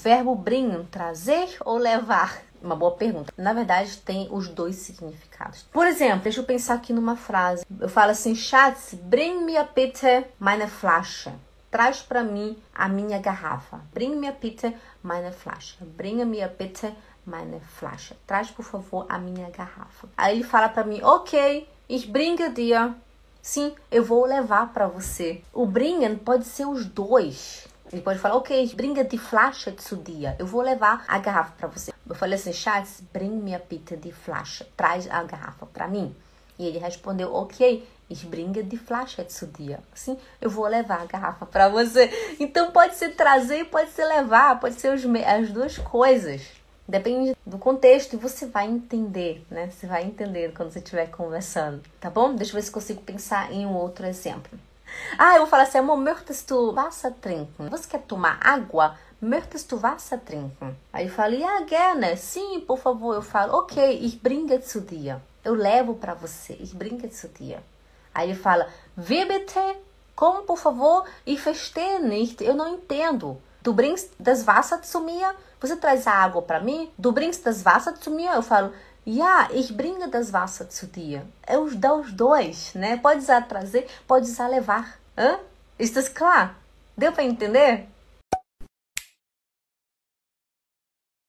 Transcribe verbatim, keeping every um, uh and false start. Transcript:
Verbo bringen, trazer ou levar? Uma boa pergunta. Na verdade, tem os dois significados. Por exemplo, deixa eu pensar aqui numa frase. Eu falo assim, Schatz, bring mir bitte meine Flasche. Traz para mim a minha garrafa. Bring mir bitte meine Flasche. Bring mir bitte meine Flasche. Traz, por favor, a minha garrafa. Aí ele fala para mim, ok, ich bringe dir. Sim, eu vou levar para você. O bringen pode ser os dois. Ele pode falar, ok, ich bringe die Flasche zu dir. Eu vou levar a garrafa para você. Eu falei assim, Schatz, bring mir bitte die Flasche. Traz a garrafa para mim. E ele respondeu, ok, ich bringe die Flasche zu dir. Sim, eu vou levar a garrafa para você. Então pode ser trazer e pode ser levar. Pode ser os, as duas coisas. Depende do contexto e você vai entender, né? Você vai entender quando você estiver conversando, tá bom? Deixa eu ver se consigo pensar em um outro exemplo. Ah, eu vou falar assim, amor, möchtest du Wasser trinken? Você quer tomar água? Möchtest du Wasser trinken? Aí eu falo, ja, gerne. Sim, por favor. Eu falo, ok, ich bringe zu dir. Eu levo para você, ich bringe zu dir. Aí ele fala, wie bitte? Como, por favor? Ich verstehe nicht. Eu não entendo. Du bringst das Wasser zu mir? Você traz a água para mim? Du bringst das Wasser zu mir? Eu falo, ja, ich bringe das Wasser zu dir. É os, dá os dois, né? Pode usar trazer, pode usar levar. Hã? Ist das klar? Deu para entender?